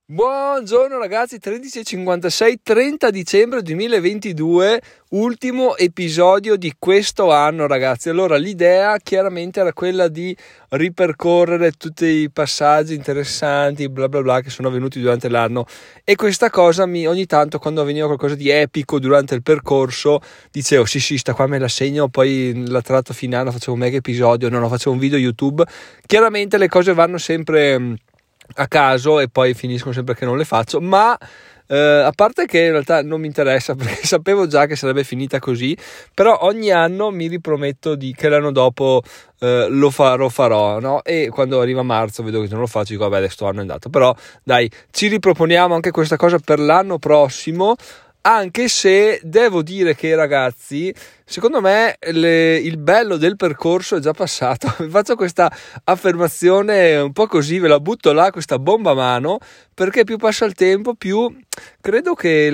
Buongiorno ragazzi, 13.56, 30 dicembre 2022, ultimo episodio di questo anno ragazzi. Allora l'idea chiaramente era quella di ripercorrere tutti i passaggi interessanti bla bla bla che sono avvenuti durante l'anno, e questa cosa ogni tanto quando avveniva qualcosa di epico durante il percorso dicevo sì sta qua me la segno, poi la tratto finale, facevo un mega episodio, no facevo un video YouTube. Chiaramente le cose vanno sempre a caso e poi finiscono sempre che non le faccio, ma a parte che in realtà non mi interessa perché sapevo già che sarebbe finita così, però ogni anno mi riprometto che l'anno dopo lo farò, no? E quando arriva marzo vedo che non lo faccio, dico vabbè sto anno è andato, però dai, ci riproponiamo anche questa cosa per l'anno prossimo. Anche se devo dire che ragazzi, secondo me il bello del percorso è già passato. Faccio questa affermazione un po' così, ve la butto là, questa bomba a mano, perché più passa il tempo più credo che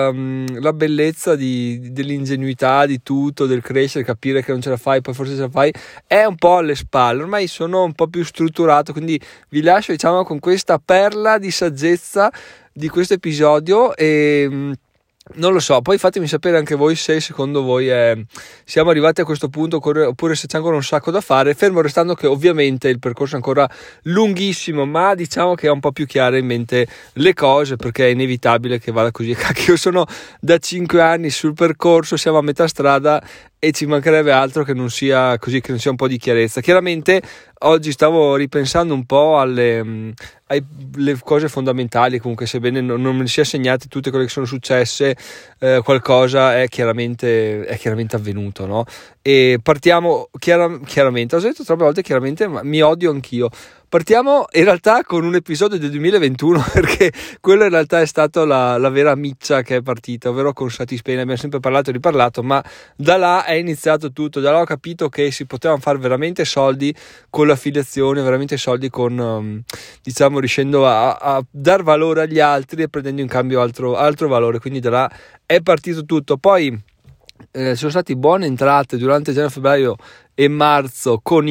la bellezza dell'ingenuità di tutto, del crescere, capire che non ce la fai, poi forse ce la fai, è un po' alle spalle. Ormai sono un po' più strutturato, quindi vi lascio con questa perla di saggezza di questo episodio e non lo so, poi fatemi sapere anche voi se secondo voi siamo arrivati a questo punto oppure se c'è ancora un sacco da fare, fermo restando che ovviamente il percorso è ancora lunghissimo, ma diciamo che ho un po' più chiare in mente le cose, perché è inevitabile che vada così. Cacchio, io sono da 5 anni sul percorso, siamo a metà strada e ci mancherebbe altro che non sia così, che non sia un po' di chiarezza. Chiaramente oggi stavo ripensando un po' alle cose fondamentali, comunque sebbene non me ne sia segnate tutte quelle che sono successe, qualcosa è chiaramente avvenuto, no? E partiamo chiaramente, ho detto troppe volte chiaramente, ma mi odio anch'io. Partiamo in realtà con un episodio del 2021 perché quello in realtà è stato la vera miccia che è partita, ovvero con Satispay. Abbiamo sempre parlato e riparlato, ma da là è iniziato tutto. Da là ho capito che si potevano fare veramente soldi con l'affiliazione, veramente soldi con riuscendo a dar valore agli altri e prendendo in cambio altro valore. Quindi da là è partito tutto. Poi sono stati buone entrate durante gennaio, febbraio e marzo con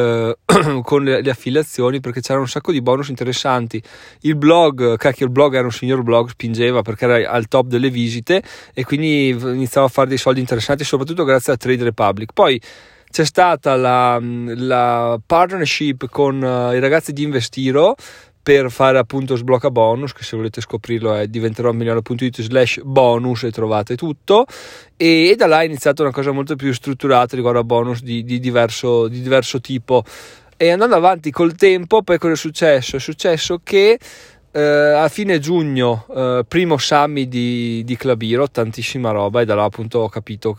le affiliazioni, perché c'era un sacco di bonus interessanti. Il blog era un signor blog, spingeva perché era al top delle visite e quindi iniziava a fare dei soldi interessanti, soprattutto grazie a Trade Republic. Poi c'è stata la partnership con i ragazzi di Investiro per fare appunto sblocca bonus, che se volete scoprirlo è diventeromilionario.it/bonus e trovate tutto, e da là è iniziata una cosa molto più strutturata riguardo a bonus di diverso tipo. E andando avanti col tempo, poi cosa è successo? È successo che a fine giugno primo summit di Clubhero, tantissima roba, e da là appunto ho capito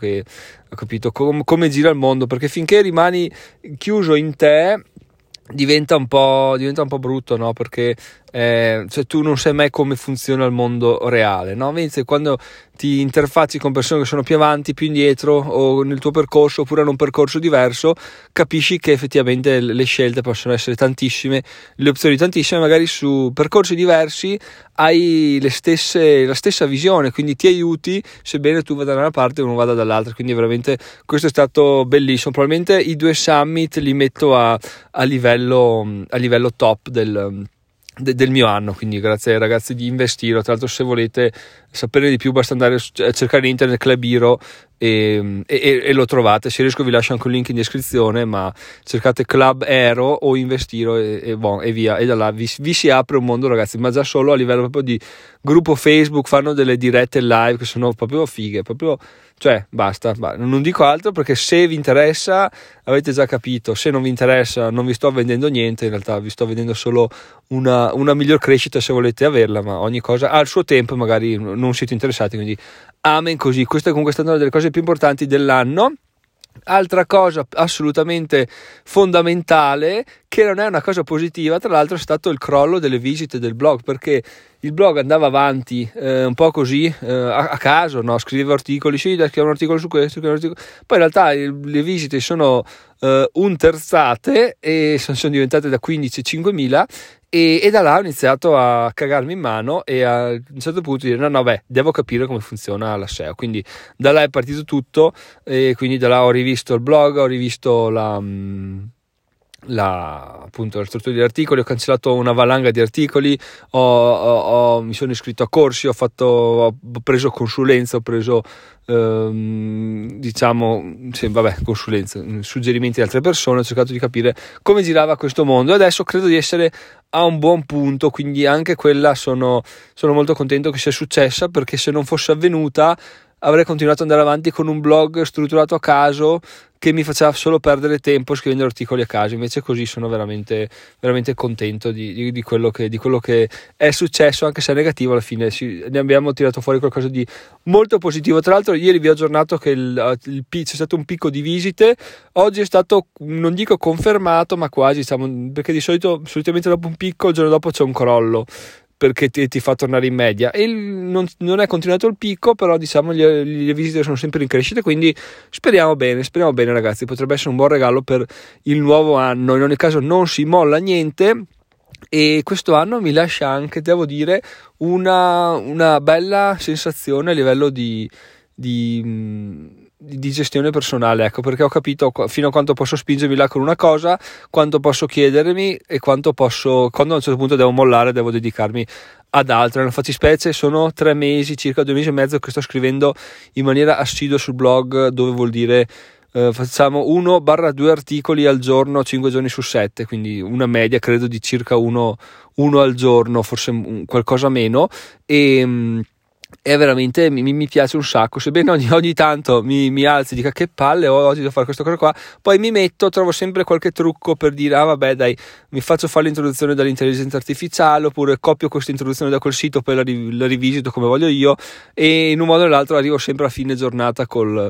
come gira il mondo, perché finché rimani chiuso in te diventa un po' brutto, no? Perché tu non sai mai come funziona il mondo reale, no? Invece quando ti interfacci con persone che sono più avanti, più indietro, o nel tuo percorso oppure in un percorso diverso, capisci che effettivamente le scelte possono essere tantissime, le opzioni tantissime, magari su percorsi diversi hai la stessa visione, quindi ti aiuti sebbene tu vada da una parte e uno vada dall'altra. Quindi veramente questo è stato bellissimo. Probabilmente i 2 summit li metto a livello top del mio anno, quindi grazie ai ragazzi di Investiro. Tra l'altro, se volete sapere di più basta andare a cercare in internet Clubhero e lo trovate. Se riesco vi lascio anche un link in descrizione, ma cercate Clubhero o Investiro e via, e da là vi si apre un mondo ragazzi, ma già solo a livello proprio di gruppo Facebook fanno delle dirette live che sono proprio fighe, proprio, cioè basta, non dico altro, perché se vi interessa avete già capito, se non vi interessa non vi sto vendendo niente, in realtà vi sto vendendo solo una miglior crescita se volete averla, ma ogni cosa ha il suo tempo, magari non siete interessati, quindi amen così. Questa è comunque stata una delle cose più importanti dell'anno. Altra cosa assolutamente fondamentale, che non è una cosa positiva, tra l'altro, è stato il crollo delle visite del blog, perché il blog andava avanti un po' così a caso, no? Scriveva articoli, scrive un articolo su questo, poi in realtà le visite sono unterzate e sono diventate da 15 a 5.000, e da là ho iniziato a cagarmi in mano e a un certo punto dire devo capire come funziona la SEO. Quindi da là è partito tutto, e quindi da là ho rivisto il blog, ho rivisto appunto la struttura degli articoli, ho cancellato una valanga di articoli, mi sono iscritto a corsi, ho preso consulenza, ho preso consulenza, suggerimenti di altre persone, ho cercato di capire come girava questo mondo e adesso credo di essere a un buon punto, quindi anche quella sono molto contento che sia successa, perché se non fosse avvenuta avrei continuato ad andare avanti con un blog strutturato a caso che mi faceva solo perdere tempo scrivendo articoli a caso. Invece così sono veramente, veramente contento di quello che è successo, anche se è negativo. Alla fine ne abbiamo tirato fuori qualcosa di molto positivo. Tra l'altro ieri vi ho aggiornato che c'è stato un picco di visite, oggi è stato, non dico confermato, ma quasi, perché solitamente dopo un picco il giorno dopo c'è un crollo, perché ti fa tornare in media, e non è continuato il picco, però le visite sono sempre in crescita, quindi speriamo bene ragazzi, potrebbe essere un buon regalo per il nuovo anno. In ogni caso non si molla niente e questo anno mi lascia anche, devo dire, una bella sensazione a livello di gestione personale, ecco, perché ho capito fino a quanto posso spingermi là con una cosa, quanto posso chiedermi e quando a un certo punto devo mollare, devo dedicarmi ad altre. Nella fattispecie sono 3 mesi, circa 2 mesi e mezzo che sto scrivendo in maniera assidua sul blog, dove vuol dire facciamo 1-2 articoli al giorno 5 giorni su 7, quindi una media credo di circa uno al giorno, forse qualcosa meno, e veramente mi piace un sacco, sebbene ogni tanto mi alzi e dica che palle, oggi devo fare questa cosa qua, poi mi trovo sempre qualche trucco per dire vabbè dai, mi faccio fare l'introduzione dall'intelligenza artificiale, oppure copio questa introduzione da quel sito, poi la rivisito come voglio io, e in un modo o nell'altro arrivo sempre a fine giornata con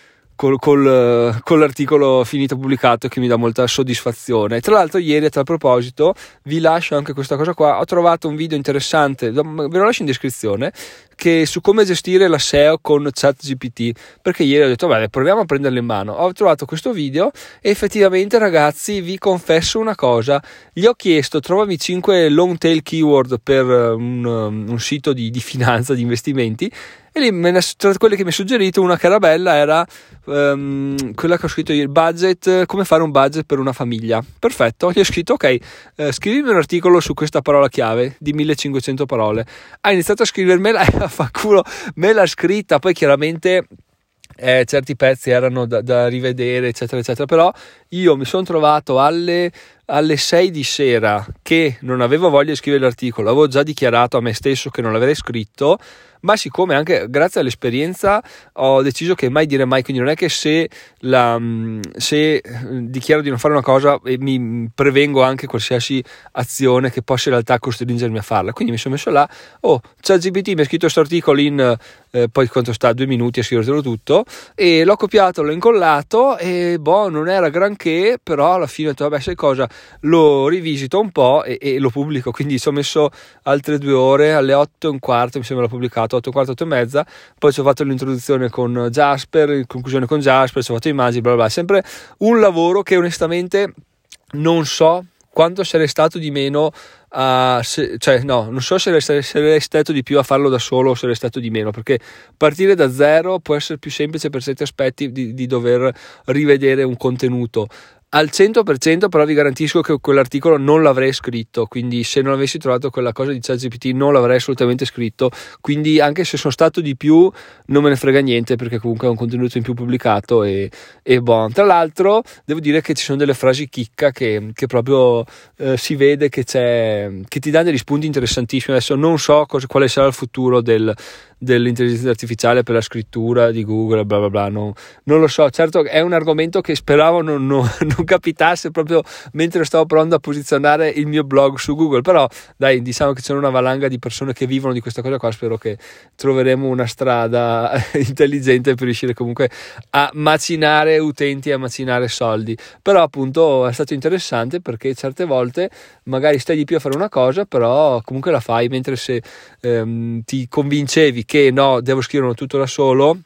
l'articolo finito pubblicato, che mi dà molta soddisfazione. Tra l'altro ieri, a tal proposito, vi lascio anche questa cosa qua, ho trovato un video interessante, ve lo lascio in descrizione, che su come gestire la SEO con ChatGPT, perché ieri ho detto vabbè, proviamo a prenderlo in mano. Ho trovato questo video e effettivamente ragazzi vi confesso una cosa, gli ho chiesto trovami 5 long tail keyword per un sito di finanza, di investimenti, e lì tra quelle che mi ha suggerito, una che era bella era quella che ho scritto io, il budget, come fare un budget per una famiglia. Perfetto, gli ho scritto ok, scrivimi un articolo su questa parola chiave di 1500 parole. Ha iniziato a scrivermela e a fa culo me l'ha scritta, poi chiaramente certi pezzi erano da rivedere eccetera eccetera, però io mi sono trovato alle 6 di sera che non avevo voglia di scrivere l'articolo, avevo già dichiarato a me stesso che non l'avrei scritto, ma siccome anche grazie all'esperienza ho deciso che mai dire mai, quindi non è che se dichiaro di non fare una cosa mi prevengo anche qualsiasi azione che possa in realtà costringermi a farla. Quindi mi sono messo là, ChatGPT mi ha scritto questo articolo in poi quanto sta, 2 minuti a scrivertelo tutto, e l'ho copiato, l'ho incollato e non era granché, però alla fine ho detto vabbè, sai cosa, lo rivisito un po' e lo pubblico. Quindi ci ho messo altre 2 ore, alle 8:15 mi sembra l'ho pubblicato, 8:15, 8:30, poi ci ho fatto l'introduzione con Jasper, in conclusione con Jasper, ci ho fatto immagini, bla bla bla. Sempre un lavoro che onestamente non so quanto sarei stato di meno non so se sarei stato di più a farlo da solo o sarei stato di meno, perché partire da zero può essere più semplice per certi aspetti di dover rivedere un contenuto. Al 100% però vi garantisco che quell'articolo non l'avrei scritto, quindi se non avessi trovato quella cosa di ChatGPT non l'avrei assolutamente scritto, quindi anche se sono stato di più non me ne frega niente, perché comunque è un contenuto in più pubblicato e tra l'altro devo dire che ci sono delle frasi chicca che proprio si vede che ti danno degli spunti interessantissimi. Adesso non so quale sarà il futuro dell'intelligenza artificiale per la scrittura di Google, bla bla bla, non lo so. Certo è un argomento che speravo non capitasse proprio mentre stavo provando a posizionare il mio blog su Google, però dai, diciamo che c'è una valanga di persone che vivono di questa cosa qua, spero che troveremo una strada intelligente per riuscire comunque a macinare utenti, a macinare soldi. Però appunto è stato interessante, perché certe volte magari stai di più a fare una cosa, però comunque la fai, mentre se ti convincevi che no, devo scriverlo tutto da solo,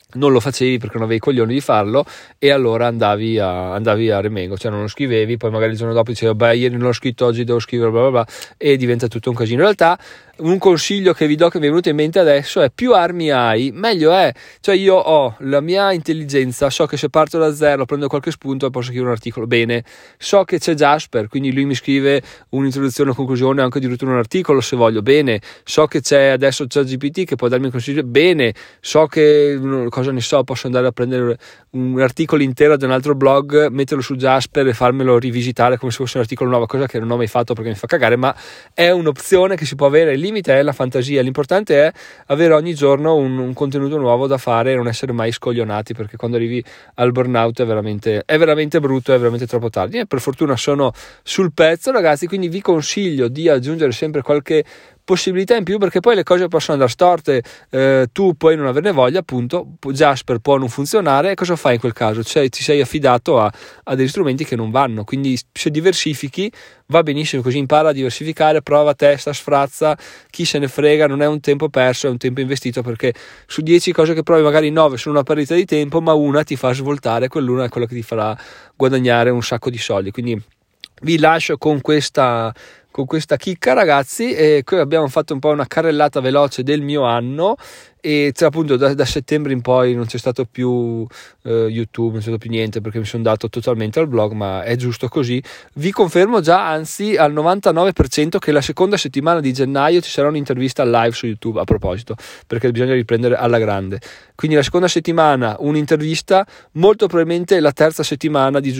non lo facevi perché non avevi i coglioni di farlo, e allora andavi a remengo, cioè non lo scrivevi, poi magari il giorno dopo dicevi beh, ieri non l'ho scritto, oggi devo scrivere, bla bla bla, e diventa tutto un casino. In realtà un consiglio che vi do, che mi è venuto in mente adesso, è: più armi hai meglio è. Cioè io ho la mia intelligenza, so che se parto da zero prendo qualche spunto e posso scrivere un articolo bene, so che c'è Jasper, quindi lui mi scrive un'introduzione, una conclusione, anche addirittura un articolo se voglio, bene, so che c'è adesso ChatGPT che può darmi un consiglio, bene, so che cosa ne so, posso andare a prendere un articolo intero da un altro blog, metterlo su Jasper e farmelo rivisitare come se fosse un articolo nuovo, cosa che non ho mai fatto perché mi fa cagare, ma è un'opzione che si può avere. Il limite è la fantasia, l'importante è avere ogni giorno un contenuto nuovo da fare e non essere mai scoglionati, perché quando arrivi al burnout è veramente brutto, è veramente troppo tardi. E per fortuna sono sul pezzo, ragazzi, quindi vi consiglio di aggiungere sempre qualche possibilità in più, perché poi le cose possono andare storte, tu puoi non averne voglia, appunto, Jasper può non funzionare, e cosa fai in quel caso? Cioè, ti sei affidato a degli strumenti che non vanno, quindi se diversifichi va benissimo, così impara a diversificare, prova, testa, sfrazza, chi se ne frega, non è un tempo perso, è un tempo investito, perché su 10 cose che provi magari 9 sono una perdita di tempo, ma una ti fa svoltare, quell'una è quella che ti farà guadagnare un sacco di soldi. Quindi vi lascio con questa chicca, ragazzi, e qui abbiamo fatto un po' una carrellata veloce del mio anno, e cioè, appunto da settembre in poi non c'è stato più YouTube, non c'è stato più niente perché mi sono dato totalmente al blog, ma è giusto così. Vi confermo già, anzi al 99%, che la seconda settimana di gennaio ci sarà un'intervista live su YouTube, a proposito, perché bisogna riprendere alla grande. Quindi la seconda settimana un'intervista, molto probabilmente la terza settimana di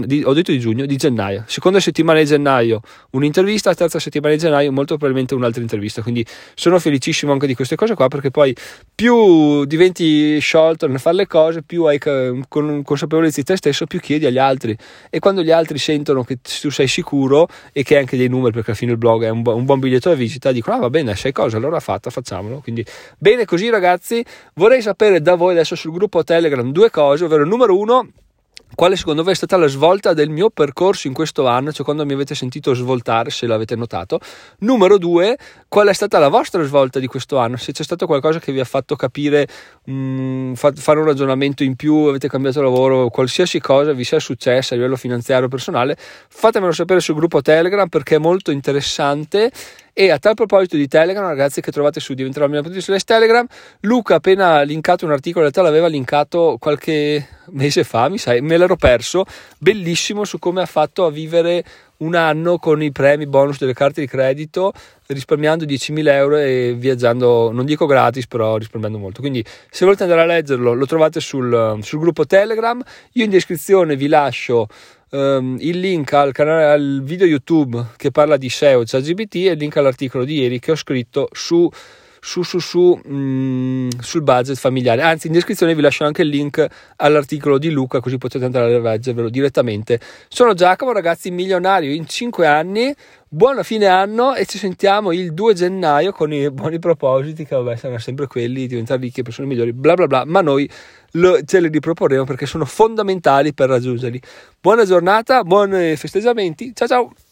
gennaio, seconda settimana di gennaio un'intervista, la terza settimana di gennaio molto probabilmente un'altra intervista. Quindi sono felicissimo anche di queste cose qua, perché poi più diventi sciolto nel fare le cose, più hai con consapevolezza di te stesso, più chiedi agli altri, e quando gli altri sentono che tu sei sicuro e che hai anche dei numeri, perché alla fine il blog è un buon biglietto da visita, dicono va bene, sai cosa, allora facciamolo. Quindi bene così, ragazzi. Vorrei sapere da voi adesso sul gruppo Telegram due cose, ovvero: numero uno, quale secondo voi è stata la svolta del mio percorso in questo anno, cioè quando mi avete sentito svoltare, se l'avete notato. Numero 2, qual è stata la vostra svolta di questo anno, se c'è stato qualcosa che vi ha fatto capire, fare un ragionamento in più, avete cambiato lavoro, qualsiasi cosa vi sia successa a livello finanziario personale, fatemelo sapere sul gruppo Telegram, perché è molto interessante. E a tal proposito di Telegram, ragazzi, che trovate su diventerò.it Telegram, Luca ha appena linkato un articolo, in realtà l'aveva linkato qualche mese fa, me l'ero perso, bellissimo, su come ha fatto a vivere un anno con i premi bonus delle carte di credito, risparmiando 10.000 euro e viaggiando, non dico gratis, però risparmiando molto. Quindi se volete andare a leggerlo, lo trovate sul gruppo Telegram. Io in descrizione vi lascio il link al canale, al video YouTube che parla di SEO e ChatGPT, e il link all'articolo di ieri che ho scritto sul budget familiare. Anzi, in descrizione vi lascio anche il link all'articolo di Luca, così potete andare a leggervelo direttamente. Sono Giacomo, ragazzi, milionario in 5 anni. Buona fine anno, e ci sentiamo il 2 gennaio con i buoni propositi, che vabbè saranno sempre quelli, diventare ricchi e persone migliori, bla bla bla, ma noi ce li riproporremo perché sono fondamentali per raggiungerli. Buona giornata, buoni festeggiamenti, ciao ciao!